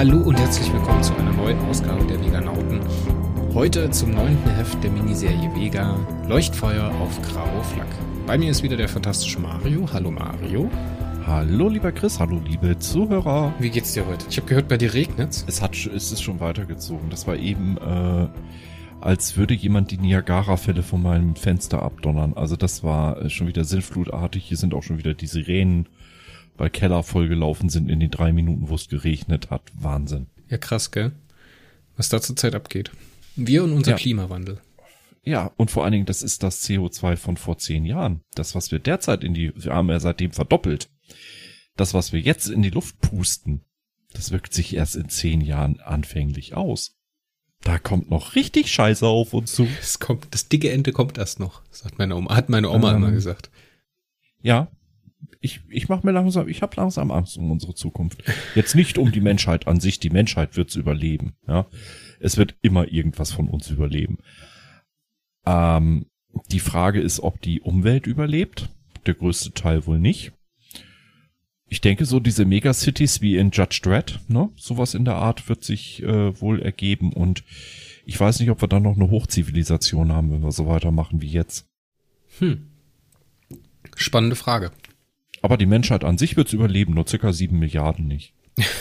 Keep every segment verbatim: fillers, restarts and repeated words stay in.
Hallo und herzlich willkommen zu einer neuen Ausgabe der Veganauten. Heute zum neunten Heft der Miniserie Vega, Leuchtfeuer auf Grauer Flak. Bei mir ist wieder der fantastische Mario. Hallo Mario. Hallo lieber Chris, hallo liebe Zuhörer. Wie geht's dir heute? Ich habe gehört, bei dir regnet's. Es hat, es ist schon weitergezogen. Das war eben, äh, als würde jemand die Niagara-Fälle von meinem Fenster abdonnern. Also das war schon wieder sinnflutartig. Hier sind auch schon wieder die Sirenen, weil Keller vollgelaufen sind in den drei Minuten, wo es geregnet hat. Wahnsinn. Ja, krass, gell? Was da zur Zeit abgeht. Wir und unser ja. Klimawandel. Ja, und vor allen Dingen, das ist das C O zwei von vor zehn Jahren. Das, was wir derzeit in die, wir haben ja seitdem verdoppelt. Das, was wir jetzt in die Luft pusten, das wirkt sich erst in zehn Jahren anfänglich aus. Da kommt noch richtig Scheiße auf uns zu. Es kommt, das dicke Ende kommt erst noch, sagt meine Oma, hat meine Oma ähm, immer gesagt. Ja, ich, ich mach mir langsam, ich habe langsam Angst um unsere Zukunft. Jetzt nicht um die Menschheit an sich, die Menschheit wird's überleben, ja. Es wird immer irgendwas von uns überleben. Ähm, die Frage ist, ob die Umwelt überlebt. Der größte Teil wohl nicht. Ich denke, so diese Megacities wie in Judge Dredd, ne, sowas in der Art wird sich äh, wohl ergeben. Und ich weiß nicht, ob wir dann noch eine Hochzivilisation haben, wenn wir so weitermachen wie jetzt. Hm. Spannende Frage. Aber die Menschheit an sich wird's überleben, nur circa sieben Milliarden nicht.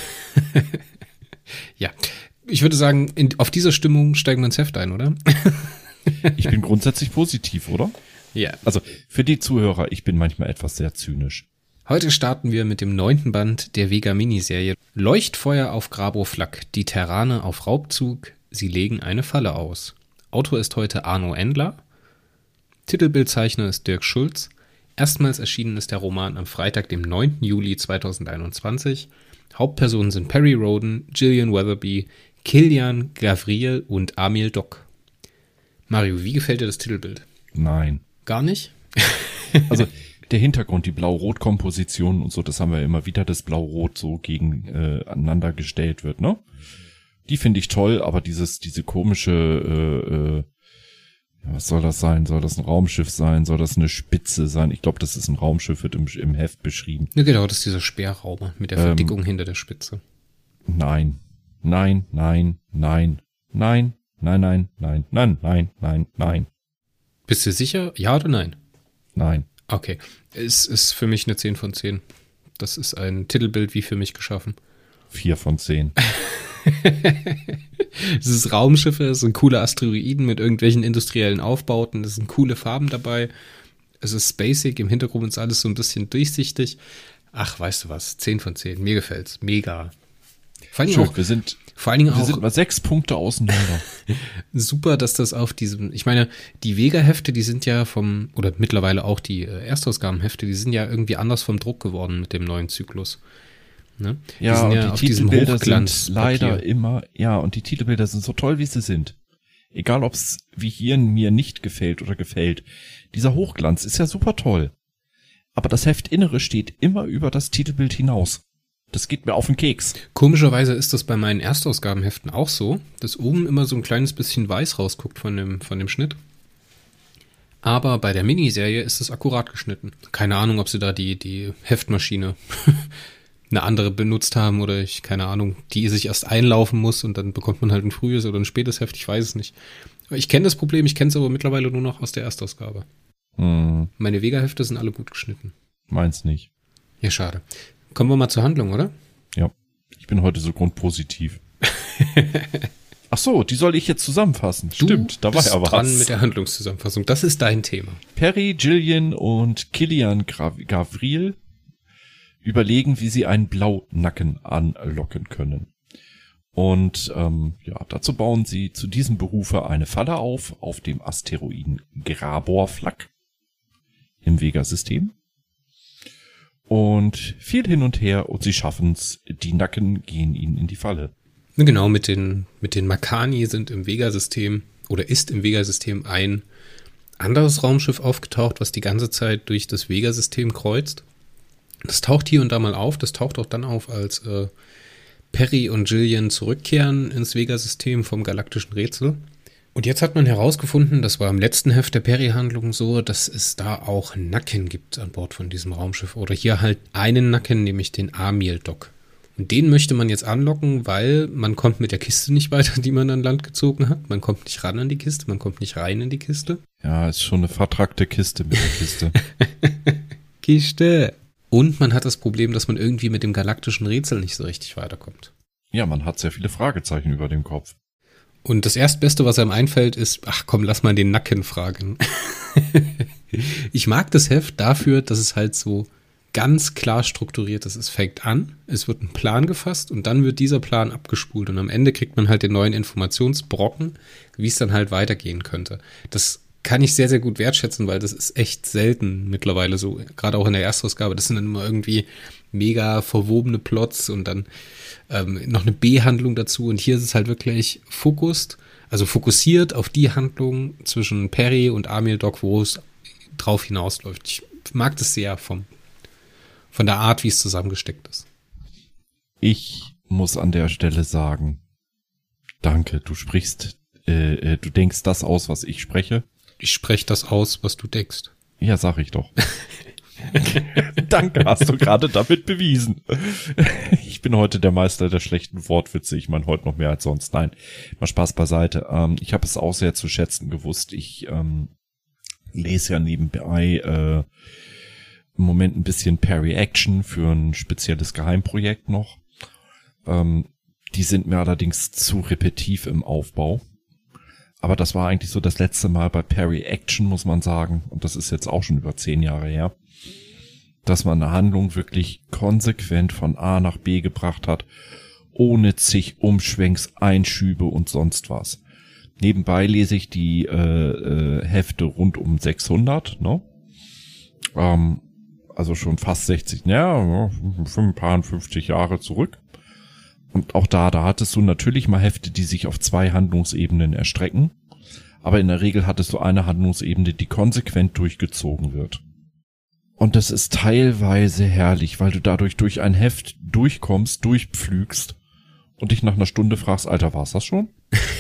Ja, ich würde sagen, in, auf dieser Stimmung steigen wir ins Heft ein, oder? Ich bin grundsätzlich positiv, oder? Ja. Also für die Zuhörer, ich bin manchmal etwas sehr zynisch. Heute starten wir mit dem neunten Band der Vega-Miniserie. Leuchtfeuer auf Grauer Flak, die Terraner auf Raubzug, sie legen eine Falle aus. Autor ist heute Arno Endler. Titelbildzeichner ist Dirk Schulz. Erstmals erschienen ist der Roman am Freitag, dem neunten Juli zweitausendeinundzwanzig. Hauptpersonen sind Perry Rhodan, Gillian Weatherby, Kilian Gavriel und Amil Doc. Mario, wie gefällt dir das Titelbild? Nein. Gar nicht? Also der Hintergrund, die Blau-Rot-Komposition und so, das haben wir immer wieder, dass Blau-Rot so gegeneinander äh, gestellt wird, ne? Die finde ich toll, aber dieses, diese komische, äh, äh, was soll das sein? Soll das ein Raumschiff sein? Soll das eine Spitze sein? Ich glaube, das ist ein Raumschiff, wird im, im Heft beschrieben. Ja, genau, das ist dieser Sperrraum mit der Verdickung ähm, hinter der Spitze. Nein, nein, nein, nein, nein, nein, nein, nein, nein, nein, nein, nein. Bist du sicher? Ja oder nein? Nein. Okay, es ist für mich eine zehn von zehn. Das ist ein Titelbild wie für mich geschaffen. vier von zehn. Es ist Raumschiffe, es sind coole Asteroiden mit irgendwelchen industriellen Aufbauten, es sind coole Farben dabei. Es ist basic, im Hintergrund ist alles so ein bisschen durchsichtig. Ach, weißt du was, zehn von zehn, mir gefällt's, mega. Vor allen Dingen auch, wir sind, vor allen Dingen wir auch, sind mal sechs Punkte auseinander. Super, dass das auf diesem, ich meine, die Vega-Hefte, die sind ja vom, oder mittlerweile auch die äh, Erstausgabenhefte, die sind ja irgendwie anders vom Druck geworden mit dem neuen Zyklus. Ne? Ja, die sind und ja die auf Titelbilder diesem sind leider immer, ja, und die Titelbilder sind so toll, wie sie sind. Egal, ob es wie hier mir nicht gefällt oder gefällt. Dieser Hochglanz ist ja super toll. Aber das Heftinnere steht immer über das Titelbild hinaus. Das geht mir auf den Keks. Komischerweise ist das bei meinen Erstausgabenheften auch so, dass oben immer so ein kleines bisschen weiß rausguckt von dem, von dem Schnitt. Aber bei der Miniserie ist es akkurat geschnitten. Keine Ahnung, ob sie da die, die Heftmaschine eine andere benutzt haben oder ich, keine Ahnung, die sich erst einlaufen muss und dann bekommt man halt ein frühes oder ein spätes Heft, ich weiß es nicht. Ich kenne das Problem, ich kenne es aber mittlerweile nur noch aus der Erstausgabe. Hm. Meine Vega-Hefte sind alle gut geschnitten. Meins nicht. Ja, schade. Kommen wir mal zur Handlung, oder? Ja, ich bin heute so grundpositiv. Ach so, die soll ich jetzt zusammenfassen. Du Stimmt, da war bist ja was. dran mit der Handlungszusammenfassung. Das ist dein Thema. Perry, Gillian und Kilian Gavriel überlegen, wie sie einen Blaunacken anlocken können. Und ähm, ja, dazu bauen sie zu diesem Berufe eine Falle auf, auf dem Asteroiden Grabor Flak im Vega-System. Und viel hin und her und sie schaffen's. Die Nacken gehen ihnen in die Falle. Genau, mit den, mit den Makani sind im Vega-System oder ist im Vega-System ein anderes Raumschiff aufgetaucht, was die ganze Zeit durch das Vega-System kreuzt. Das taucht hier und da mal auf. Das taucht auch dann auf, als äh, Perry und Gillian zurückkehren ins Vega-System vom galaktischen Rätsel. Und jetzt hat man herausgefunden, das war im letzten Heft der Perry-Handlung so, dass es da auch Nacken gibt an Bord von diesem Raumschiff. Oder hier halt einen Nacken, nämlich den Amil Doc. Und den möchte man jetzt anlocken, weil man kommt mit der Kiste nicht weiter, die man an Land gezogen hat. Man kommt nicht ran an die Kiste, man kommt nicht rein in die Kiste. Ja, ist schon eine vertrackte Kiste mit der Kiste. Kiste. Und man hat das Problem, dass man irgendwie mit dem galaktischen Rätsel nicht so richtig weiterkommt. Ja, man hat sehr viele Fragezeichen über dem Kopf. Und das Erstbeste, was einem einfällt, ist, ach komm, lass mal den Nacken fragen. Ich mag das Heft dafür, dass es halt so ganz klar strukturiert ist. Es fängt an, es wird ein Plan gefasst und dann wird dieser Plan abgespult und am Ende kriegt man halt den neuen Informationsbrocken, wie es dann halt weitergehen könnte. Das kann ich sehr, sehr gut wertschätzen, weil das ist echt selten mittlerweile so, gerade auch in der Erstausgabe. Das sind dann immer irgendwie mega verwobene Plots und dann ähm, noch eine B-Handlung dazu und hier ist es halt wirklich fokussiert, also fokussiert auf die Handlung zwischen Perry und Amil Doc, wo es drauf hinausläuft. Ich mag das sehr vom von der Art, wie es zusammengesteckt ist. Ich muss an der Stelle sagen, danke, du sprichst, äh, du denkst das aus, was ich spreche. Ich spreche das aus, was du denkst. Ja, sag ich doch. Danke, hast du gerade damit bewiesen. Ich bin heute der Meister der schlechten Wortwitze. Ich meine, heute noch mehr als sonst. Nein, mal Spaß beiseite. Ähm, ich habe es auch sehr zu schätzen gewusst. Ich ähm, lese ja nebenbei äh, im Moment ein bisschen Perry Action für ein spezielles Geheimprojekt noch. Ähm, die sind mir allerdings zu repetitiv im Aufbau. Aber das war eigentlich so das letzte Mal bei Perry Action, muss man sagen. Und das ist jetzt auch schon über zehn Jahre her. Dass man eine Handlung wirklich konsequent von A nach B gebracht hat, ohne zig Umschwenks, Einschübe und sonst was. Nebenbei lese ich die äh, äh, Hefte rund um sechshundert, ne? Ähm, also schon fast sechzig, ja, fünfundfünfzig Jahre zurück. Und auch da, da hattest du natürlich mal Hefte, die sich auf zwei Handlungsebenen erstrecken. Aber in der Regel hattest du eine Handlungsebene, die konsequent durchgezogen wird. Und das ist teilweise herrlich, weil du dadurch durch ein Heft durchkommst, durchpflügst und dich nach einer Stunde fragst, Alter, war's das schon?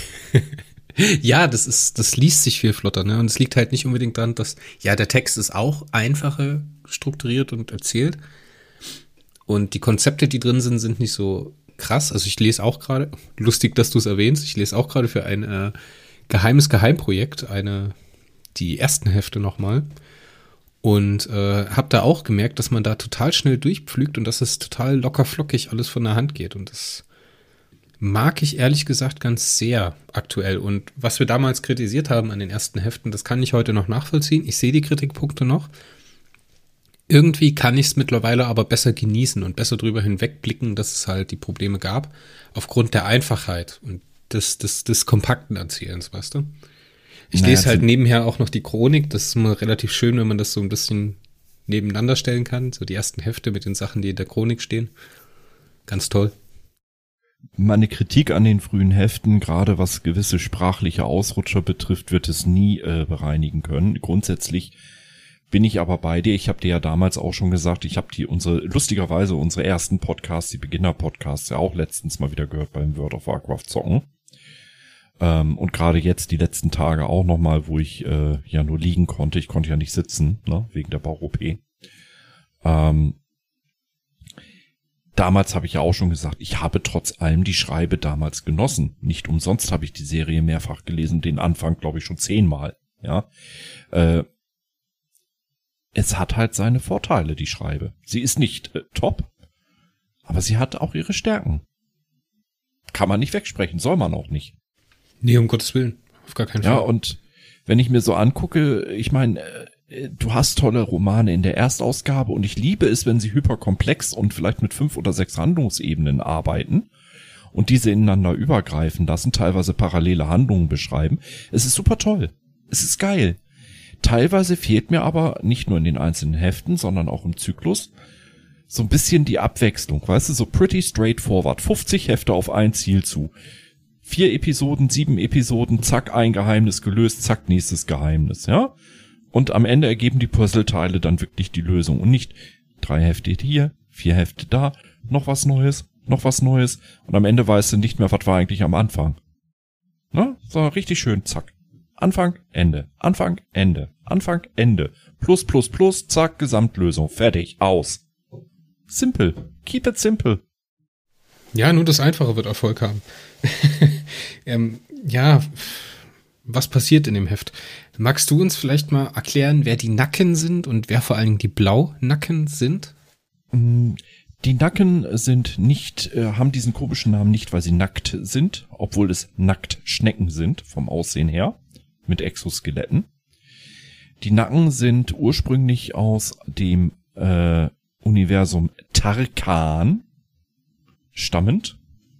Ja, das ist, das liest sich viel flotter, ne? Und es liegt halt nicht unbedingt daran, dass, ja, der Text ist auch einfacher strukturiert und erzählt. Und die Konzepte, die drin sind, sind nicht so krass. Also ich lese auch gerade, lustig, dass du es erwähnst, ich lese auch gerade für ein äh, geheimes Geheimprojekt, eine, die ersten Hefte nochmal. Und äh, habe da auch gemerkt, dass man da total schnell durchpflügt und dass es total locker flockig alles von der Hand geht. Und das mag ich ehrlich gesagt ganz sehr aktuell. Und was wir damals kritisiert haben an den ersten Heften, das kann ich heute noch nachvollziehen. Ich sehe die Kritikpunkte noch. Irgendwie kann ich es mittlerweile aber besser genießen und besser drüber hinwegblicken, dass es halt die Probleme gab, aufgrund der Einfachheit und des, des, des kompakten Erzählens, weißt du? Ich naja, lese halt nebenher auch noch die Chronik. Das ist immer relativ schön, wenn man das so ein bisschen nebeneinander stellen kann. So die ersten Hefte mit den Sachen, die in der Chronik stehen. Ganz toll. Meine Kritik an den frühen Heften, gerade was gewisse sprachliche Ausrutscher betrifft, wird es nie äh, bereinigen können. Grundsätzlich bin ich aber bei dir. Ich habe dir ja damals auch schon gesagt, ich habe die unsere lustigerweise unsere ersten Podcasts, die Beginner-Podcasts, ja auch letztens mal wieder gehört beim World of Warcraft zocken. Ähm, und gerade jetzt die letzten Tage auch nochmal, wo ich äh, ja nur liegen konnte. Ich konnte ja nicht sitzen, ne, wegen der Bauch-O P. Ähm, damals habe ich ja auch schon gesagt, ich habe trotz allem die Schreibe damals genossen. Nicht umsonst habe ich die Serie mehrfach gelesen, den Anfang glaube ich schon zehnmal. Ja, äh, es hat halt seine Vorteile, die Schreibe. Sie ist nicht äh, top, aber sie hat auch ihre Stärken. Kann man nicht wegsprechen, soll man auch nicht. Nee, um Gottes Willen. Auf gar keinen Fall. Ja, und wenn ich mir so angucke, ich meine, du hast tolle Romane in der Erstausgabe und ich liebe es, wenn sie hyperkomplex und vielleicht mit fünf oder sechs Handlungsebenen arbeiten und diese ineinander übergreifen lassen, teilweise parallele Handlungen beschreiben. Es ist super toll. Es ist geil. Teilweise fehlt mir aber nicht nur in den einzelnen Heften, sondern auch im Zyklus so ein bisschen die Abwechslung. Weißt du, so pretty straightforward. fünfzig Hefte auf ein Ziel zu. Vier Episoden, sieben Episoden, zack, ein Geheimnis gelöst, zack, nächstes Geheimnis, ja? Und am Ende ergeben die Puzzleteile dann wirklich die Lösung und nicht drei Hefte hier, vier Hefte da, noch was Neues, noch was Neues und am Ende weißt du nicht mehr, was war eigentlich am Anfang. Ne? So, richtig schön, zack. Anfang, Ende, Anfang, Ende, Anfang, Ende. Plus, plus, plus, zack, Gesamtlösung, fertig, aus. Simple, keep it simple. Ja, nur das Einfache wird Erfolg haben. ähm, ja, was passiert in dem Heft? Magst du uns vielleicht mal erklären, wer die Nacken sind und wer vor allen Dingen die Blaunacken sind? Die Nacken sind nicht, äh, haben diesen komischen Namen nicht, weil sie nackt sind, obwohl es Nacktschnecken sind, vom Aussehen her, mit Exoskeletten. Die Nacken sind ursprünglich aus dem äh, Universum Tarkan stammend.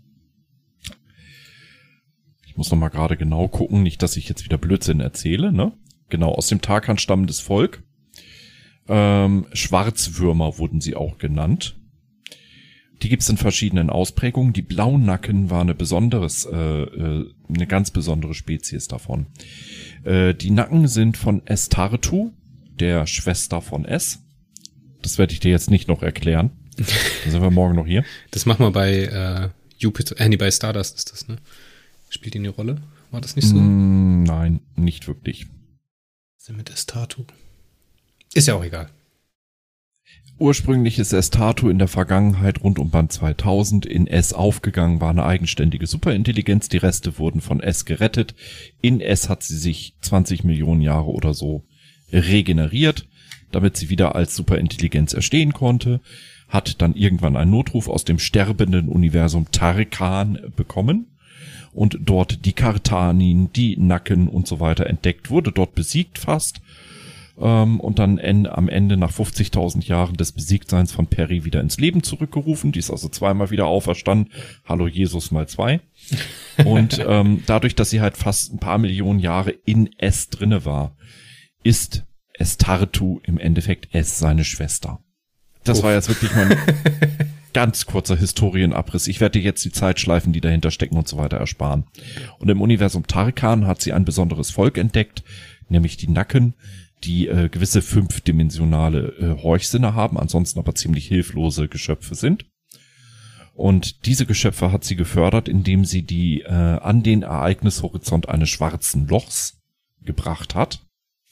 Ich muss noch mal gerade genau gucken, nicht, dass ich jetzt wieder Blödsinn erzähle, ne? Genau, aus dem Tarkan stammendes Volk. Ähm, Schwarzwürmer wurden sie auch genannt. Die gibt's in verschiedenen Ausprägungen. Die Blaunacken war eine besonderes, äh, äh, eine ganz besondere Spezies davon. Äh, die Nacken sind von Estartu, der Schwester von Es. Das werde ich dir jetzt nicht noch erklären. Da sind wir morgen noch hier. Das machen wir bei äh, Jupiter, äh, nee, bei Stardust ist das, ne? Spielt die eine Rolle? War das nicht so? Mm, nein, nicht wirklich. Was ist denn mit Estartu? Ist ja auch egal. Ursprünglich ist Estartu in der Vergangenheit rund um Band zweitausend in Es aufgegangen, war eine eigenständige Superintelligenz. Die Reste wurden von Es gerettet. In Es hat sie sich zwanzig Millionen Jahre oder so regeneriert, damit sie wieder als Superintelligenz erstehen konnte. Hat dann irgendwann einen Notruf aus dem sterbenden Universum Tarkan bekommen und dort die Kartanin, die Nacken und so weiter entdeckt, wurde dort besiegt fast. Und dann en, am Ende nach fünfzigtausend Jahren des Besiegtseins von Peri wieder ins Leben zurückgerufen. Die ist also zweimal wieder auferstanden. Hallo Jesus mal zwei. Und ähm, dadurch, dass sie halt fast ein paar Millionen Jahre in Es drinne war, ist Estartu im Endeffekt Es seine Schwester. Das Uff. war jetzt wirklich mal ein ganz kurzer Historienabriss. Ich werde dir jetzt die Zeitschleifen, die dahinter stecken und so weiter ersparen. Und im Universum Tarkan hat sie ein besonderes Volk entdeckt, nämlich die Nacken, die äh, gewisse fünfdimensionale äh, Horchsinne haben, ansonsten aber ziemlich hilflose Geschöpfe sind. Und diese Geschöpfe hat sie gefördert, indem sie die äh, an den Ereignishorizont eines schwarzen Lochs gebracht hat,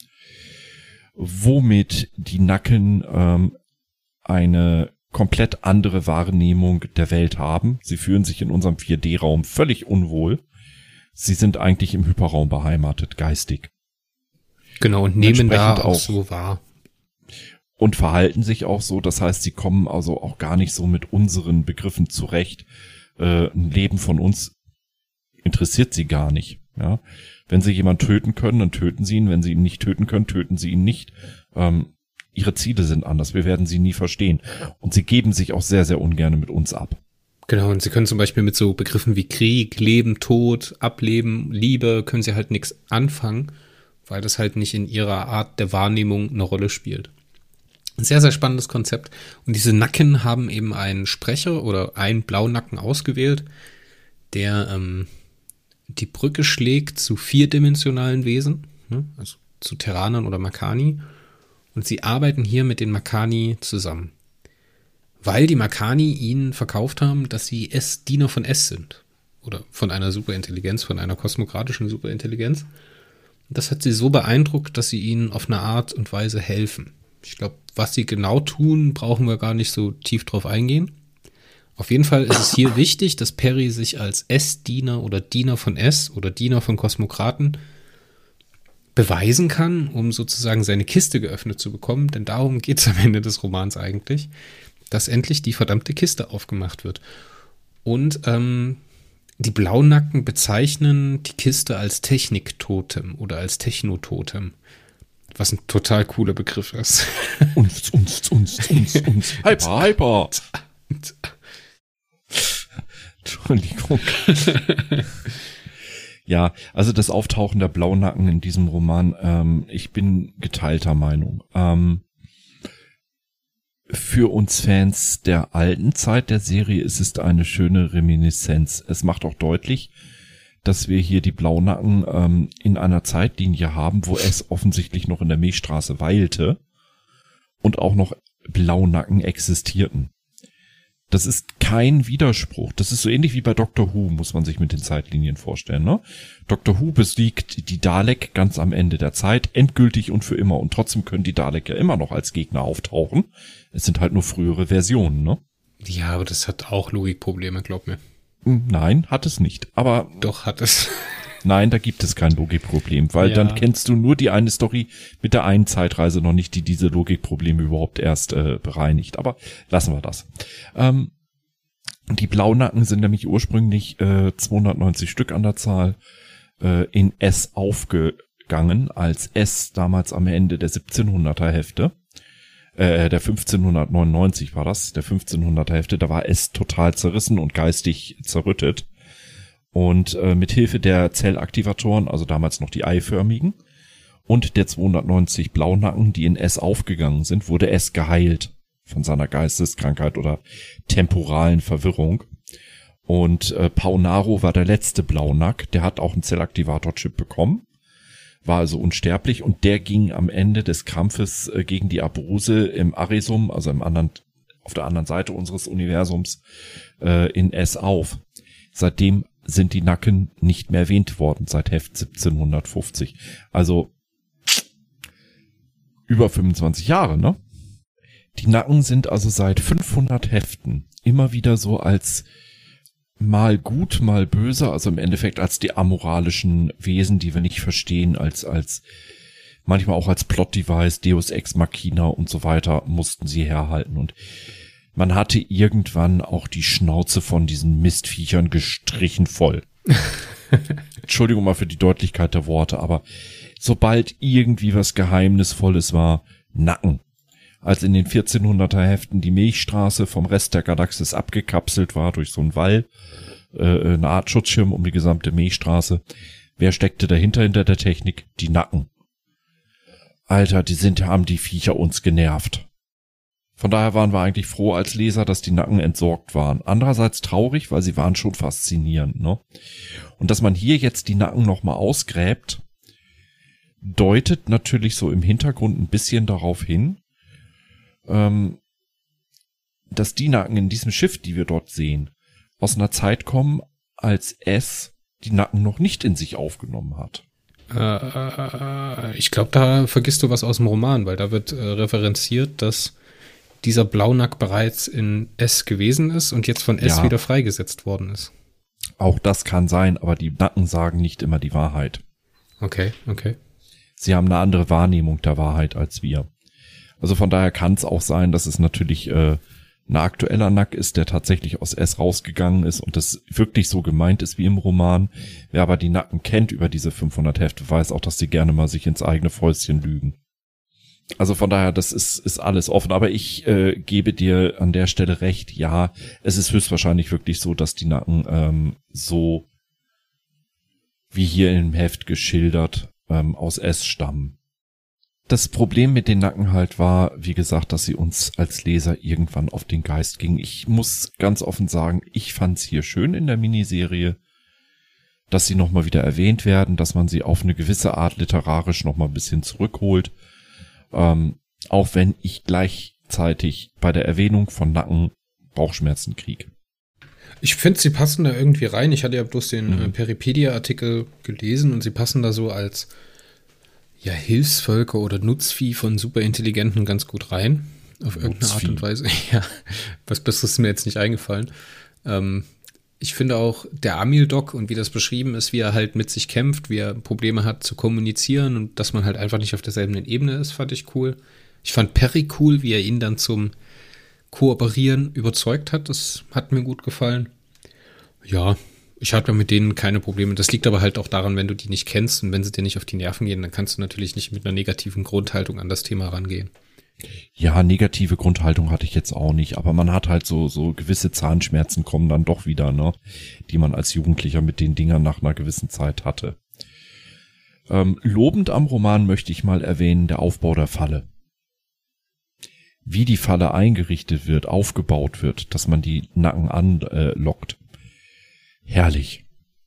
womit die Nacken ähm, eine komplett andere Wahrnehmung der Welt haben. Sie fühlen sich in unserem vier D Raum völlig unwohl. Sie sind eigentlich im Hyperraum beheimatet, geistig. Genau, und nehmen da auch so wahr. Und verhalten sich auch so, das heißt, sie kommen also auch gar nicht so mit unseren Begriffen zurecht. Äh, ein Leben von uns interessiert sie gar nicht. Ja, wenn sie jemanden töten können, dann töten sie ihn. Wenn sie ihn nicht töten können, töten sie ihn nicht. Ähm, ihre Ziele sind anders. Wir werden sie nie verstehen. Und sie geben sich auch sehr, sehr ungern mit uns ab. Genau, und sie können zum Beispiel mit so Begriffen wie Krieg, Leben, Tod, Ableben, Liebe, können sie halt nichts anfangen, weil das halt nicht in ihrer Art der Wahrnehmung eine Rolle spielt. Ein sehr, sehr spannendes Konzept. Und diese Nacken haben eben einen Sprecher oder einen Blaunacken ausgewählt, der ähm, die Brücke schlägt zu vierdimensionalen Wesen, ne? Also zu Terranern oder Makani. Und sie arbeiten hier mit den Makani zusammen. Weil die Makani ihnen verkauft haben, dass sie es, Diener von Es sind. Oder von einer Superintelligenz, von einer kosmokratischen Superintelligenz. Das hat sie so beeindruckt, dass sie ihnen auf eine Art und Weise helfen. Ich glaube, was sie genau tun, brauchen wir gar nicht so tief drauf eingehen. Auf jeden Fall ist es hier wichtig, dass Peri sich als Es-Diener oder Diener von Es oder Diener von Kosmokraten beweisen kann, um sozusagen seine Kiste geöffnet zu bekommen. Denn darum geht es am Ende des Romans eigentlich, dass endlich die verdammte Kiste aufgemacht wird. Und ähm, die Blaunacken bezeichnen die Kiste als Techniktotem oder als Technototem, was ein total cooler Begriff ist. Uns, uns, uns, uns, uns. Hyper, hyper. Entschuldigung. Ja, also das Auftauchen der Blaunacken in diesem Roman, ähm, ich bin geteilter Meinung. Ähm, Für uns Fans der alten Zeit der Serie ist es eine schöne Reminiszenz. Es macht auch deutlich, dass wir hier die Blaunacken ähm, in einer Zeitlinie haben, wo es offensichtlich noch in der Milchstraße weilte und auch noch Blaunacken existierten. Das ist kein Widerspruch. Das ist so ähnlich wie bei Doctor Who, muss man sich mit den Zeitlinien vorstellen, ne? Doctor Who besiegt die Dalek ganz am Ende der Zeit, endgültig und für immer. Und trotzdem können die Dalek ja immer noch als Gegner auftauchen. Es sind halt nur frühere Versionen, ne? Ja, aber das hat auch Logikprobleme, glaub mir. Nein, hat es nicht. Aber Doch, hat es. nein, da gibt es kein Logikproblem, weil Ja. dann kennst du nur die eine Story mit der einen Zeitreise noch nicht, die diese Logikprobleme überhaupt erst äh, bereinigt. Aber lassen wir das. Ähm, die Blaunacken sind nämlich ursprünglich äh, zweihundertneunzig Stück an der Zahl äh, in S aufgegangen, als S damals am Ende der siebzehnhunderter Hefte. Äh, der fünfzehnhundertneunundneunzig war das, der fünfzehnhunderter Hefte, da war S total zerrissen und geistig zerrüttet. Und äh, mit Hilfe der Zellaktivatoren, also damals noch die eiförmigen, und der zweihundertneunzig Blaunacken, die in S aufgegangen sind, wurde S geheilt von seiner Geisteskrankheit oder temporalen Verwirrung. Und äh, Paunaro war der letzte Blaunack, der hat auch einen Zellaktivator-Chip bekommen, war also unsterblich und der ging am Ende des Kampfes äh, gegen die Abruse im Arisum, also im anderen, auf der anderen Seite unseres Universums, äh, in S auf. Seitdem sind die Nacken nicht mehr erwähnt worden, seit Heft siebzehnhundertfünfzig. Also über fünfundzwanzig Jahre, ne? Die Nacken sind also seit fünfhundert Heften immer wieder so als mal gut, mal böse, also im Endeffekt als die amoralischen Wesen, die wir nicht verstehen, als als manchmal auch als Plot-Device, Deus Ex Machina und so weiter, mussten sie herhalten. Und man hatte irgendwann auch die Schnauze von diesen Mistviechern gestrichen voll. Entschuldigung mal für die Deutlichkeit der Worte, aber sobald irgendwie was Geheimnisvolles war, Nacken. Als in den vierzehnhunderter Heften die Milchstraße vom Rest der Galaxis abgekapselt war durch so einen Wall, äh, eine Art Schutzschirm um die gesamte Milchstraße. Wer steckte dahinter, hinter der Technik? Die Nacken. Alter, die sind, haben die Viecher uns genervt. Von daher waren wir eigentlich froh als Leser, dass die Nacken entsorgt waren. Andererseits traurig, weil sie waren schon faszinierend, ne? Und dass man hier jetzt die Nacken nochmal ausgräbt, deutet natürlich so im Hintergrund ein bisschen darauf hin, dass die Nacken in diesem Schiff, die wir dort sehen, aus einer Zeit kommen, als S die Nacken noch nicht in sich aufgenommen hat. Äh, ich glaube, da vergisst du was aus dem Roman, weil da wird äh, referenziert, dass dieser Blaunack bereits in S gewesen ist und jetzt von S Ja. wieder freigesetzt worden ist. Auch das kann sein, aber die Nacken sagen nicht immer die Wahrheit. Okay, okay. Sie haben eine andere Wahrnehmung der Wahrheit als wir. Also von daher kann es auch sein, dass es natürlich äh, ein aktueller Nack ist, der tatsächlich aus S rausgegangen ist und das wirklich so gemeint ist wie im Roman. Wer aber die Nacken kennt über diese fünfhundert Hefte, weiß auch, dass sie gerne mal sich ins eigene Fäustchen lügen. Also von daher, das ist ist alles offen. Aber ich äh, gebe dir an der Stelle recht, ja, es ist höchstwahrscheinlich wirklich so, dass die Nacken ähm, so wie hier im Heft geschildert ähm, aus S stammen. Das Problem mit den Nacken halt war, wie gesagt, dass sie uns als Leser irgendwann auf den Geist gingen. Ich muss ganz offen sagen, ich fand's hier schön in der Miniserie, dass sie nochmal wieder erwähnt werden, dass man sie auf eine gewisse Art literarisch nochmal ein bisschen zurückholt. Ähm, auch wenn ich gleichzeitig bei der Erwähnung von Nacken Bauchschmerzen kriege. Ich finde, sie passen da irgendwie rein. Ich hatte ja bloß den Mhm. äh, Peripedia-Artikel gelesen und sie passen da so als ja, Hilfsvölker oder Nutzvieh von Superintelligenten ganz gut rein. Auf irgendeine Art Nutzvieh. und Weise. Ja, was Besseres ist mir jetzt nicht eingefallen. Ähm, ich finde auch der Amildoc und wie das beschrieben ist, wie er halt mit sich kämpft, wie er Probleme hat zu kommunizieren und dass man halt einfach nicht auf derselben Ebene ist, fand ich cool. Ich fand Perry cool, wie er ihn dann zum Kooperieren überzeugt hat. Das hat mir gut gefallen. Ja, ich hatte mit denen keine Probleme. Das liegt aber halt auch daran, wenn du die nicht kennst und wenn sie dir nicht auf die Nerven gehen, dann kannst du natürlich nicht mit einer negativen Grundhaltung an das Thema rangehen. Ja, negative Grundhaltung hatte ich jetzt auch nicht, aber man hat halt so so gewisse Zahnschmerzen kommen dann doch wieder, ne, die man als Jugendlicher mit den Dingern nach einer gewissen Zeit hatte. Ähm, lobend am Roman möchte ich mal erwähnen, der Aufbau der Falle. Wie die Falle eingerichtet wird, aufgebaut wird, dass man die Nacken anlockt. Herrlich.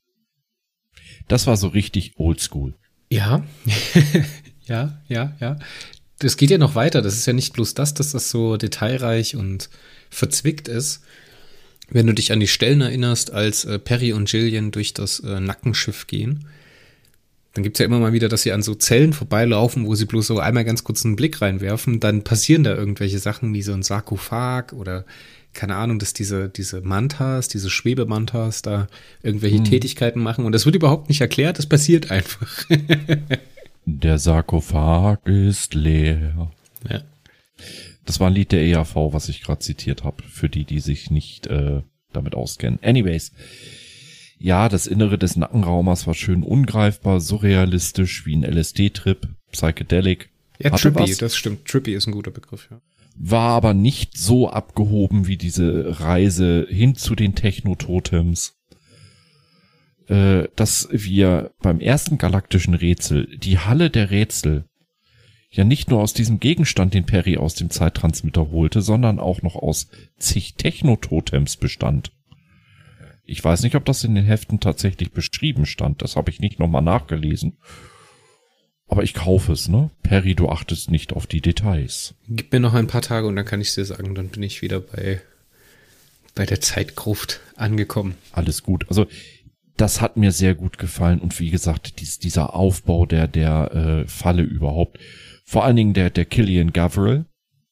Das war so richtig oldschool. Ja, ja, ja, ja. Das geht ja noch weiter. Das ist ja nicht bloß das, dass das so detailreich und verzwickt ist. Wenn du dich an die Stellen erinnerst, als äh, Perry und Jillian durch das äh, Nackenschiff gehen, Dann gibt's ja immer mal wieder, dass sie an so Zellen vorbeilaufen, wo sie bloß so einmal ganz kurz einen Blick reinwerfen. Dann passieren da irgendwelche Sachen wie so ein Sarkophag oder keine Ahnung, dass diese, diese Mantas, diese Schwebemantas da irgendwelche hm. Tätigkeiten machen. Und das wird überhaupt nicht erklärt, das passiert einfach. Der Sarkophag ist leer. Ja. Das war ein Lied der E A V, was ich gerade zitiert habe, für die, die sich nicht äh, damit auskennen. Anyways. Ja, das Innere des Nackenraumers war schön ungreifbar, surrealistisch, wie ein L S D-Trip, psychedelic. Ja, trippy, das stimmt. Trippy ist ein guter Begriff, ja. War aber nicht so abgehoben wie diese Reise hin zu den Technototems, äh, dass wir beim ersten galaktischen Rätsel die Halle der Rätsel ja nicht nur aus diesem Gegenstand, den Perry aus dem Zeittransmitter holte, sondern auch noch aus zig Technototems bestand. Ich weiß nicht, ob das in den Heften tatsächlich beschrieben stand. Das habe ich nicht nochmal nachgelesen. Aber ich kaufe es, ne? Perry, du achtest nicht auf die Details. Gib mir noch ein paar Tage und dann kann ich dir sagen, dann bin ich wieder bei, bei der Zeitgruft angekommen. Alles gut. Also, das hat mir sehr gut gefallen. Und wie gesagt, dies, dieser Aufbau der, der äh, Falle überhaupt. Vor allen Dingen der, der Killian Gavriel,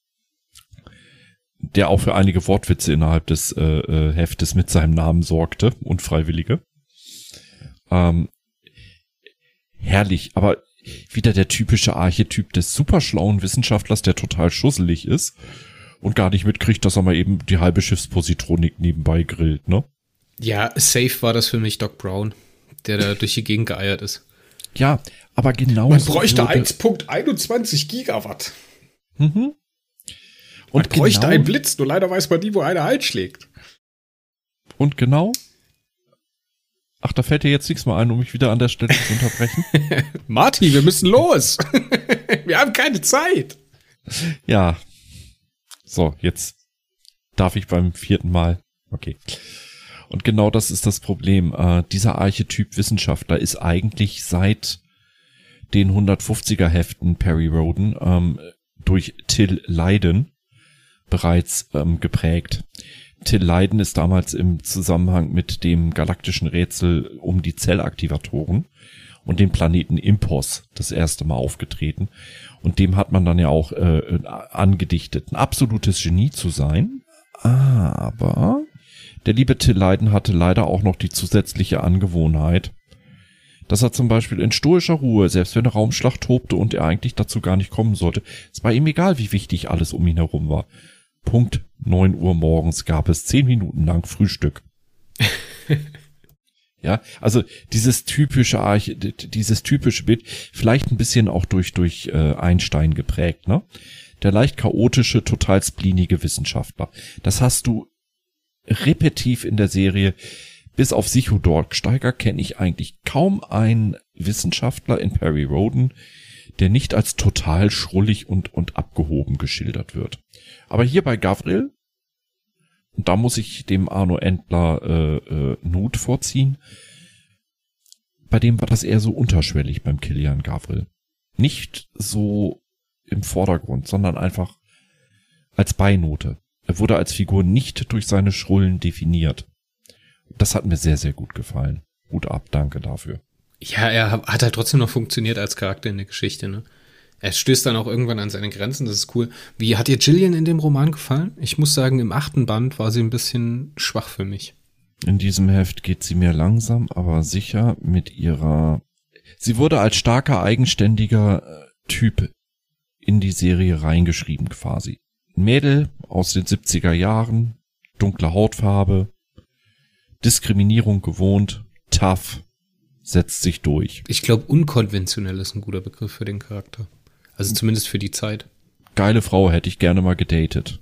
der auch für einige Wortwitze innerhalb des äh, äh, Heftes mit seinem Namen sorgte, Unfreiwillige. Ähm, herrlich, aber wieder der typische Archetyp des superschlauen Wissenschaftlers, der total schusselig ist und gar nicht mitkriegt, dass er mal eben die halbe Schiffspositronik nebenbei grillt, ne? Ja, safe war das für mich Doc Brown, der da durch die Gegend geeiert ist. Ja, aber genau. Man bräuchte eins Komma einundzwanzig Gigawatt. Mhm. Und man bräuchte genau, einen Blitz, nur leider weiß man nie, wo einer einschlägt. Und genau. Ach, da fällt dir jetzt nichts mehr ein, um mich wieder an der Stelle zu unterbrechen. Marty, wir müssen los. Wir haben keine Zeit. Ja. So, jetzt darf ich beim vierten Mal. Okay. Und genau das ist das Problem. Äh, dieser Archetyp Wissenschaftler ist eigentlich seit den hundertfünfziger Heften Perry Rhodan ähm, durch Till Leiden bereits ähm, geprägt. Till Leiden ist damals im Zusammenhang mit dem galaktischen Rätsel um die Zellaktivatoren und den Planeten Impos das erste Mal aufgetreten. Und dem hat man dann ja auch äh, angedichtet, ein absolutes Genie zu sein. Aber der liebe Till Leiden hatte leider auch noch die zusätzliche Angewohnheit, dass er zum Beispiel in stoischer Ruhe, selbst wenn eine Raumschlacht tobte und er eigentlich dazu gar nicht kommen sollte, es war ihm egal, wie wichtig alles um ihn herum war. Punkt neun Uhr morgens gab es zehn Minuten lang Frühstück. Ja, also dieses typische Arche, dieses typische Bild, vielleicht ein bisschen auch durch durch äh, Einstein geprägt, ne? Der leicht chaotische, total spleenige Wissenschaftler. Das hast du repetitiv in der Serie. Bis auf Sicho Dorksteiger kenne ich eigentlich kaum einen Wissenschaftler in Perry Rhodan, der nicht als total schrullig und und abgehoben geschildert wird. Aber hier bei Gavriel, und da muss ich dem Arno Entler äh, äh, Nut vorziehen, bei dem war das eher so unterschwellig beim Killian Gavriel. Nicht so im Vordergrund, sondern einfach als Beinote. Er wurde als Figur nicht durch seine Schrullen definiert. Das hat mir sehr, sehr gut gefallen. Hut ab, danke dafür. Ja, er hat halt trotzdem noch funktioniert als Charakter in der Geschichte, ne? Er stößt dann auch irgendwann an seine Grenzen, das ist cool. Wie hat dir Gillian in dem Roman gefallen? Ich muss sagen, im achten Band war sie ein bisschen schwach für mich. In diesem Heft geht sie mir langsam, aber sicher mit ihrer... Sie wurde als starker, eigenständiger Typ in die Serie reingeschrieben quasi. Ein Mädel aus den siebziger Jahren, dunkle Hautfarbe, Diskriminierung gewohnt, tough, setzt sich durch. Ich glaube, unkonventionell ist ein guter Begriff für den Charakter. Also zumindest für die Zeit. Geile Frau, hätte ich gerne mal gedatet.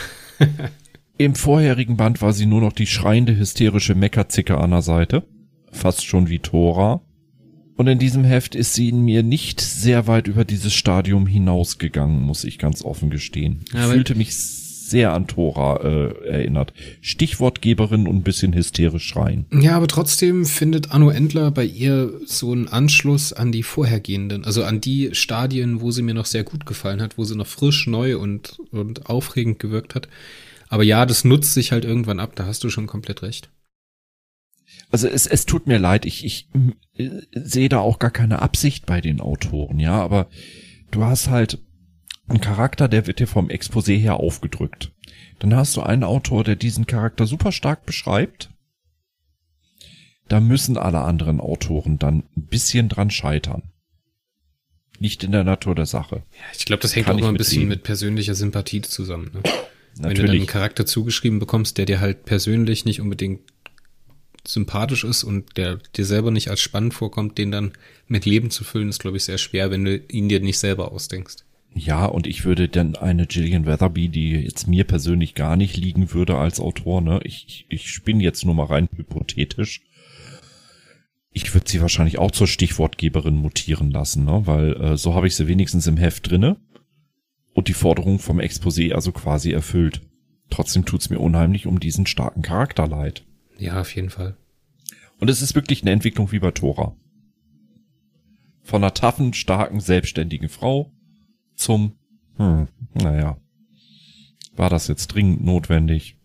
Im vorherigen Band war sie nur noch die schreiende, hysterische Meckerzicke an der Seite. Fast schon wie Thora. Und in diesem Heft ist sie in mir nicht sehr weit über dieses Stadium hinausgegangen, muss ich ganz offen gestehen. Ich Aber fühlte mich sehr an Thora äh, erinnert. Stichwortgeberin und ein bisschen hysterisch schreien. Ja, aber trotzdem findet Arno Entler bei ihr so einen Anschluss an die vorhergehenden, also an die Stadien, wo sie mir noch sehr gut gefallen hat, wo sie noch frisch, neu und, und aufregend gewirkt hat. Aber ja, das nutzt sich halt irgendwann ab, da hast du schon komplett recht. Also es, es tut mir leid, ich, ich äh, sehe da auch gar keine Absicht bei den Autoren, ja, aber du hast halt einen Charakter, der wird dir vom Exposé her aufgedrückt. Dann hast du einen Autor, der diesen Charakter super stark beschreibt. Da müssen alle anderen Autoren dann ein bisschen dran scheitern. Nicht in der Natur der Sache. Ja, ich glaube, das hängt Kann auch ich mal ein bisschen mitleben. mit persönlicher Sympathie zusammen. Ne? Wenn Natürlich. du dann einen Charakter zugeschrieben bekommst, der dir halt persönlich nicht unbedingt sympathisch ist und der dir selber nicht als spannend vorkommt, den dann mit Leben zu füllen, ist, glaube ich, sehr schwer, wenn du ihn dir nicht selber ausdenkst. Ja, und ich würde dann eine Gillian Weatherby, die jetzt mir persönlich gar nicht liegen würde als Autor, ne, ich, ich, ich spinne jetzt nur mal rein hypothetisch. Ich würde sie wahrscheinlich auch zur Stichwortgeberin mutieren lassen, ne, weil äh, so habe ich sie wenigstens im Heft drinne und die Forderung vom Exposé also quasi erfüllt. Trotzdem tut's mir unheimlich um diesen starken Charakter leid. Ja, auf jeden Fall. Und es ist wirklich eine Entwicklung wie bei Thora. Von einer taffen, starken, selbstständigen Frau zum, hm, naja, war das jetzt dringend notwendig?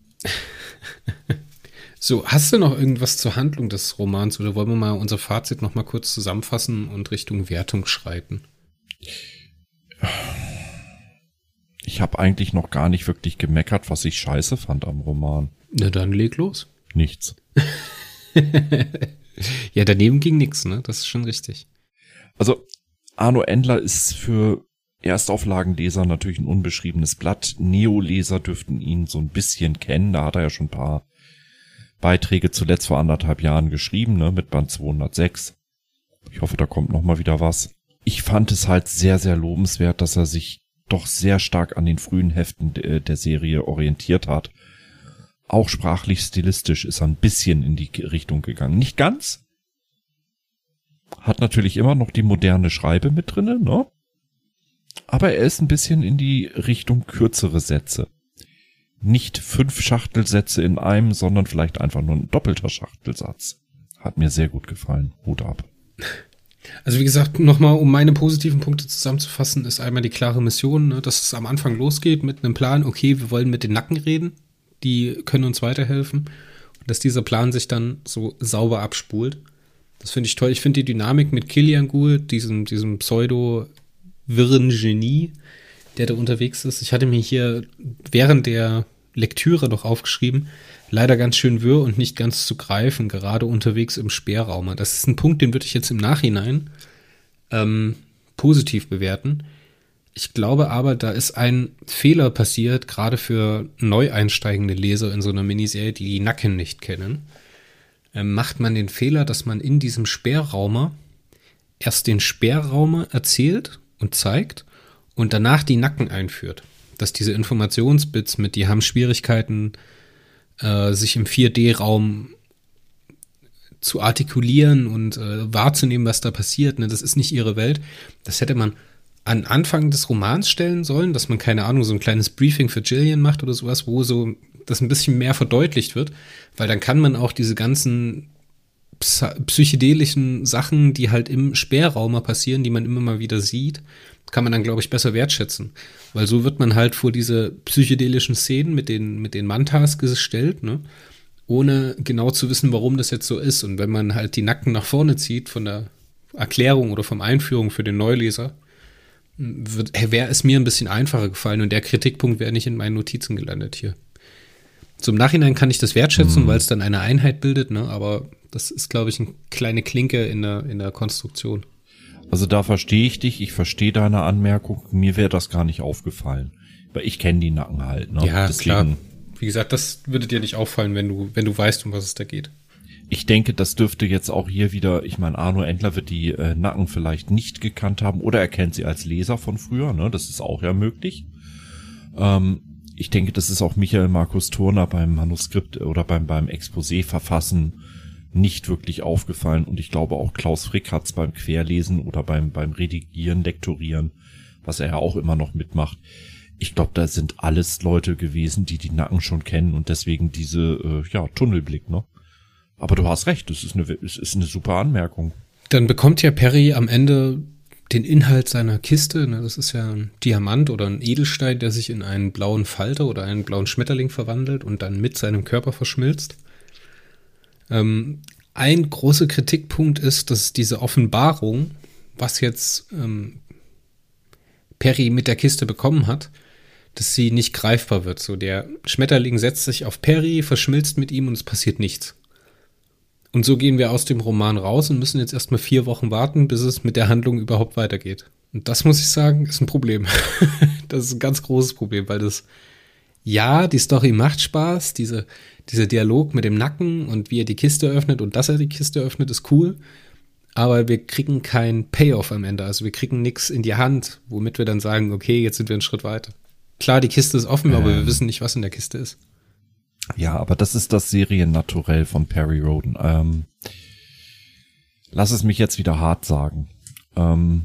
So, hast du noch irgendwas zur Handlung des Romans oder wollen wir mal unser Fazit noch mal kurz zusammenfassen und Richtung Wertung schreiten? Ich habe eigentlich noch gar nicht wirklich gemeckert, was ich scheiße fand am Roman. Na dann leg los. Nichts. Ja, daneben ging nichts, ne? Das ist schon richtig. Also, Arno Endler ist für Erstauflagenleser natürlich ein unbeschriebenes Blatt. Neoleser dürften ihn so ein bisschen kennen. Da hat er ja schon ein paar Beiträge zuletzt vor anderthalb Jahren geschrieben, ne, mit Band zweihundertsechs. Ich hoffe, da kommt noch mal wieder was. Ich fand es halt sehr, sehr lobenswert, dass er sich doch sehr stark an den frühen Heften de- der Serie orientiert hat. Auch sprachlich, stilistisch ist er ein bisschen in die Richtung gegangen. Nicht ganz. Hat natürlich immer noch die moderne Schreibe mit drinne, ne? Aber er ist ein bisschen in die Richtung kürzere Sätze. Nicht fünf Schachtelsätze in einem, sondern vielleicht einfach nur ein doppelter Schachtelsatz. Hat mir sehr gut gefallen. Hut ab. Also wie gesagt, nochmal, um meine positiven Punkte zusammenzufassen, ist einmal die klare Mission, ne, dass es am Anfang losgeht mit einem Plan, okay, wir wollen mit den Nacken reden, die können uns weiterhelfen. Und dass dieser Plan sich dann so sauber abspult. Das finde ich toll. Ich finde die Dynamik mit Killian Gould, diesem, diesem pseudo-wirren Genie, der da unterwegs ist. Ich hatte mir hier während der Lektüre noch aufgeschrieben, leider ganz schön wirr und nicht ganz zu greifen, gerade unterwegs im Sperrraum. Das ist ein Punkt, den würde ich jetzt im Nachhinein ähm, positiv bewerten. Ich glaube aber, da ist ein Fehler passiert, gerade für neu einsteigende Leser in so einer Miniserie, die die Nacken nicht kennen. Ähm, macht man den Fehler, dass man in diesem Sperrraumer erst den Sperrraumer erzählt und zeigt und danach die Nacken einführt. Dass diese Informationsbits mit, die haben Schwierigkeiten, äh, sich im vier D-Raum zu artikulieren und äh, wahrzunehmen, was da passiert. Ne? Das ist nicht ihre Welt. Das hätte man an Anfang des Romans stellen sollen, dass man, keine Ahnung, so ein kleines Briefing für Gillian macht oder sowas, wo so das ein bisschen mehr verdeutlicht wird, weil dann kann man auch diese ganzen psychedelischen Sachen, die halt im Sperrraum passieren, die man immer mal wieder sieht, kann man dann, glaube ich, besser wertschätzen. Weil so wird man halt vor diese psychedelischen Szenen mit den, mit den Mantas gestellt, ne? Ohne genau zu wissen, warum das jetzt so ist. Und wenn man halt die Nacken nach vorne zieht von der Erklärung oder vom Einführung für den Neuleser, wäre es mir ein bisschen einfacher gefallen und der Kritikpunkt wäre nicht in meinen Notizen gelandet hier. Zum Nachhinein kann ich das wertschätzen, mhm. weil es dann eine Einheit bildet, ne? Aber das ist, glaube ich, eine kleine Klinke in der, in der Konstruktion. Also da verstehe ich dich, ich verstehe deine Anmerkung, mir wäre das gar nicht aufgefallen. Weil ich kenne die Nacken halt, ne? Ja, Deswegen, klar. Wie gesagt, das würde dir nicht auffallen, wenn du, wenn du weißt, um was es da geht. Ich denke, das dürfte jetzt auch hier wieder, ich meine, Arno Endler wird die äh, Nacken vielleicht nicht gekannt haben oder er kennt sie als Leser von früher, ne? Das ist auch ja möglich. Ähm, ich denke, das ist auch Michael Markus Turner beim Manuskript oder beim, beim Exposé verfassen nicht wirklich aufgefallen und ich glaube auch Klaus Frick hat's beim Querlesen oder beim, beim Redigieren, Lektorieren, was er ja auch immer noch mitmacht. Ich glaube, da sind alles Leute gewesen, die die Nacken schon kennen und deswegen diese, äh, ja, Tunnelblick, ne? Aber du hast recht, es ist eine, es ist eine super Anmerkung. Dann bekommt ja Perry am Ende den Inhalt seiner Kiste, ne? Das ist ja ein Diamant oder ein Edelstein, der sich in einen blauen Falter oder einen blauen Schmetterling verwandelt und dann mit seinem Körper verschmilzt. Ähm, ein großer Kritikpunkt ist, dass diese Offenbarung, was jetzt ähm, Perry mit der Kiste bekommen hat, dass sie nicht greifbar wird. So, der Schmetterling setzt sich auf Perry, verschmilzt mit ihm und es passiert nichts. Und so gehen wir aus dem Roman raus und müssen jetzt erstmal vier Wochen warten, bis es mit der Handlung überhaupt weitergeht. Und das, muss ich sagen, ist ein Problem. Das ist ein ganz großes Problem, weil das, ja, die Story macht Spaß, diese, dieser Dialog mit dem Nacken und wie er die Kiste öffnet und dass er die Kiste öffnet, ist cool. Aber wir kriegen keinen Payoff am Ende. Also wir kriegen nichts in die Hand, womit wir dann sagen, okay, jetzt sind wir einen Schritt weiter. Klar, die Kiste ist offen, ähm. aber wir wissen nicht, was in der Kiste ist. Ja, aber das ist das Seriennaturell von Perry Rhodan. Ähm, lass es mich jetzt wieder hart sagen. Ähm,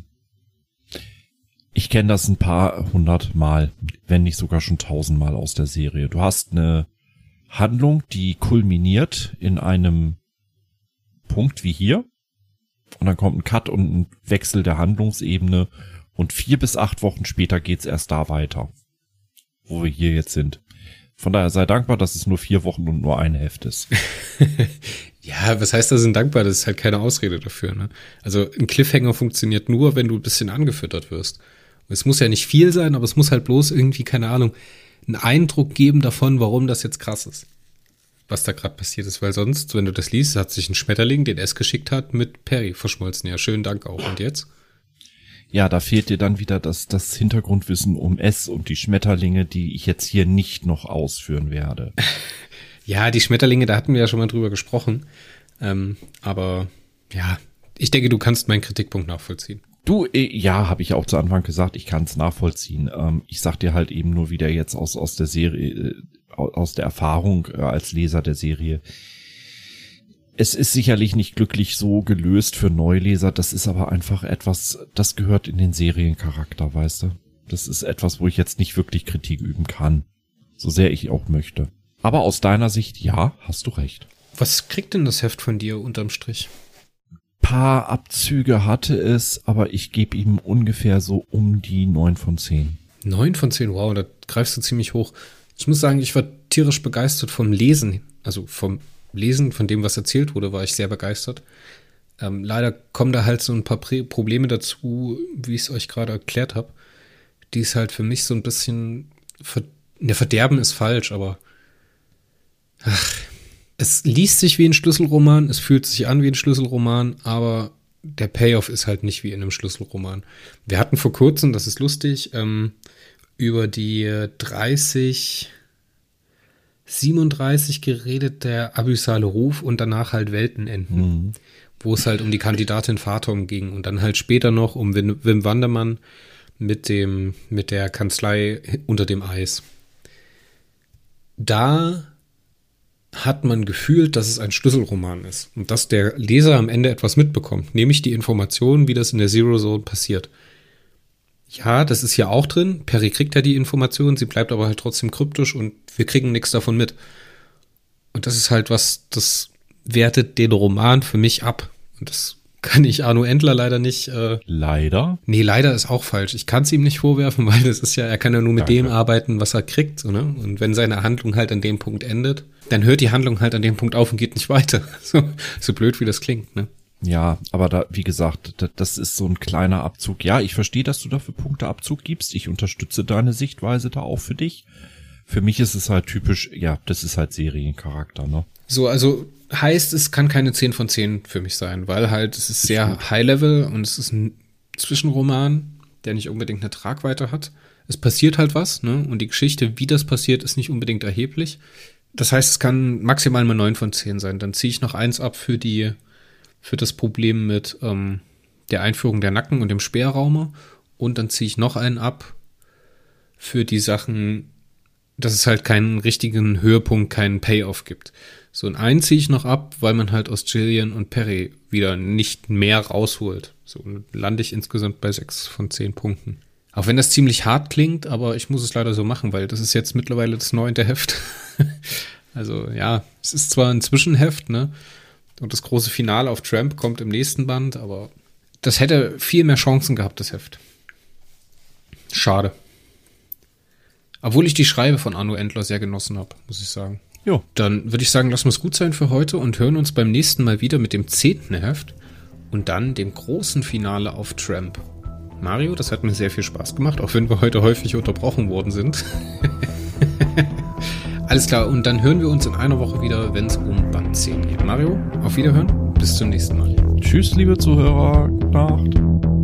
ich kenne das ein paar hundert Mal, wenn nicht sogar schon tausendmal aus der Serie. Du hast eine Handlung, die kulminiert in einem Punkt wie hier. Und dann kommt ein Cut und ein Wechsel der Handlungsebene. Und vier bis acht Wochen später geht's erst da weiter, wo wir hier jetzt sind. Von daher sei dankbar, dass es nur vier Wochen und nur ein Heft ist. Ja, was heißt das denn dankbar? Das ist halt keine Ausrede dafür, ne? Also ein Cliffhanger funktioniert nur, wenn du ein bisschen angefüttert wirst. Es muss ja nicht viel sein, aber es muss halt bloß irgendwie, keine Ahnung, einen Eindruck geben davon, warum das jetzt krass ist, was da gerade passiert ist. Weil sonst, wenn du das liest, hat sich ein Schmetterling, den es geschickt hat, mit Perry verschmolzen. Ja, schönen Dank auch. Und jetzt? Ja, da fehlt dir dann wieder das, das Hintergrundwissen um S und die Schmetterlinge, die ich jetzt hier nicht noch ausführen werde. Ja, die Schmetterlinge, da hatten wir ja schon mal drüber gesprochen. Ähm, aber ja, ich denke, du kannst meinen Kritikpunkt nachvollziehen. Du, äh, ja, habe ich auch zu Anfang gesagt, ich kann es nachvollziehen. Ähm, ich sag dir halt eben nur wieder jetzt aus, aus der Serie, äh, aus der Erfahrung äh, als Leser der Serie. Es ist sicherlich nicht glücklich so gelöst für Neuleser, das ist aber einfach etwas, das gehört in den Seriencharakter, weißt du? Das ist etwas, wo ich jetzt nicht wirklich Kritik üben kann, so sehr ich auch möchte. Aber aus deiner Sicht, ja, hast du recht. Was kriegt denn das Heft von dir unterm Strich? Paar Abzüge hatte es, aber ich gebe ihm ungefähr so um die neun von zehn. neun von zehn, wow, da greifst du ziemlich hoch. Ich muss sagen, ich war tierisch begeistert vom Lesen, also vom Lesen von dem, was erzählt wurde, war ich sehr begeistert. Ähm, leider kommen da halt so ein paar Prä- Probleme dazu, wie ich es euch gerade erklärt habe, die es halt für mich so ein bisschen, ver- ne, verderben ist falsch, aber ach, es liest sich wie ein Schlüsselroman, es fühlt sich an wie ein Schlüsselroman, aber der Payoff ist halt nicht wie in einem Schlüsselroman. Wir hatten vor kurzem, das ist lustig, ähm, über die dreißig siebenunddreißig geredet, der abyssale Ruf und danach halt Weltenenden, mhm. wo es halt um die Kandidatin Fathom ging und dann halt später noch um Wim, Wim Wandermann mit dem, mit der Kanzlei unter dem Eis. Da hat man gefühlt, dass es ein Schlüsselroman ist und dass der Leser am Ende etwas mitbekommt, nämlich die Informationen, wie das in der Zero Zone passiert. Ja, das ist hier auch drin. Perry kriegt ja die Information, sie bleibt aber halt trotzdem kryptisch und wir kriegen nichts davon mit. Und das ist halt was, das wertet den Roman für mich ab. Und das kann ich Arno Endler leider nicht. Äh leider? Nee, leider ist auch falsch. Ich kann es ihm nicht vorwerfen, weil das ist ja, er kann ja nur mit Danke. dem arbeiten, was er kriegt. So, ne? Und wenn seine Handlung halt an dem Punkt endet, dann hört die Handlung halt an dem Punkt auf und geht nicht weiter. So, so blöd, wie das klingt, ne? Ja, aber da, wie gesagt, das ist so ein kleiner Abzug. Ja, ich verstehe, dass du dafür Punkteabzug gibst. Ich unterstütze deine Sichtweise da auch für dich. Für mich ist es halt typisch, ja, das ist halt Seriencharakter, ne? So, also heißt, es kann keine zehn von zehn für mich sein, weil halt es ist sehr High-Level und es ist ein Zwischenroman, der nicht unbedingt eine Tragweite hat. Es passiert halt was, ne? Und die Geschichte, wie das passiert, ist nicht unbedingt erheblich. Das heißt, es kann maximal mal neun von zehn sein. Dann ziehe ich noch eins ab für die für das Problem mit ähm, der Einführung der Nacken und dem Speerraume. Und dann ziehe ich noch einen ab für die Sachen, dass es halt keinen richtigen Höhepunkt, keinen Payoff gibt. So ein einen ziehe ich noch ab, weil man halt aus Gillian und Perry wieder nicht mehr rausholt. So lande ich insgesamt bei sechs von zehn Punkten. Auch wenn das ziemlich hart klingt, aber ich muss es leider so machen, weil das ist jetzt mittlerweile das neunte Heft. Also ja, es ist zwar ein Zwischenheft, ne? Und das große Finale auf Tramp kommt im nächsten Band, aber das hätte viel mehr Chancen gehabt, das Heft. Schade. Obwohl ich die Schreibe von Arno Endler sehr genossen habe, muss ich sagen. Jo. Dann würde ich sagen, lassen wir es gut sein für heute und hören uns beim nächsten Mal wieder mit dem zehnten Heft und dann dem großen Finale auf Tramp. Mario, das hat mir sehr viel Spaß gemacht, auch wenn wir heute häufig unterbrochen worden sind. Alles klar, und dann hören wir uns in einer Woche wieder, wenn es um Band zehn geht. Mario, auf Wiederhören, bis zum nächsten Mal. Tschüss, liebe Zuhörer, gute Nacht.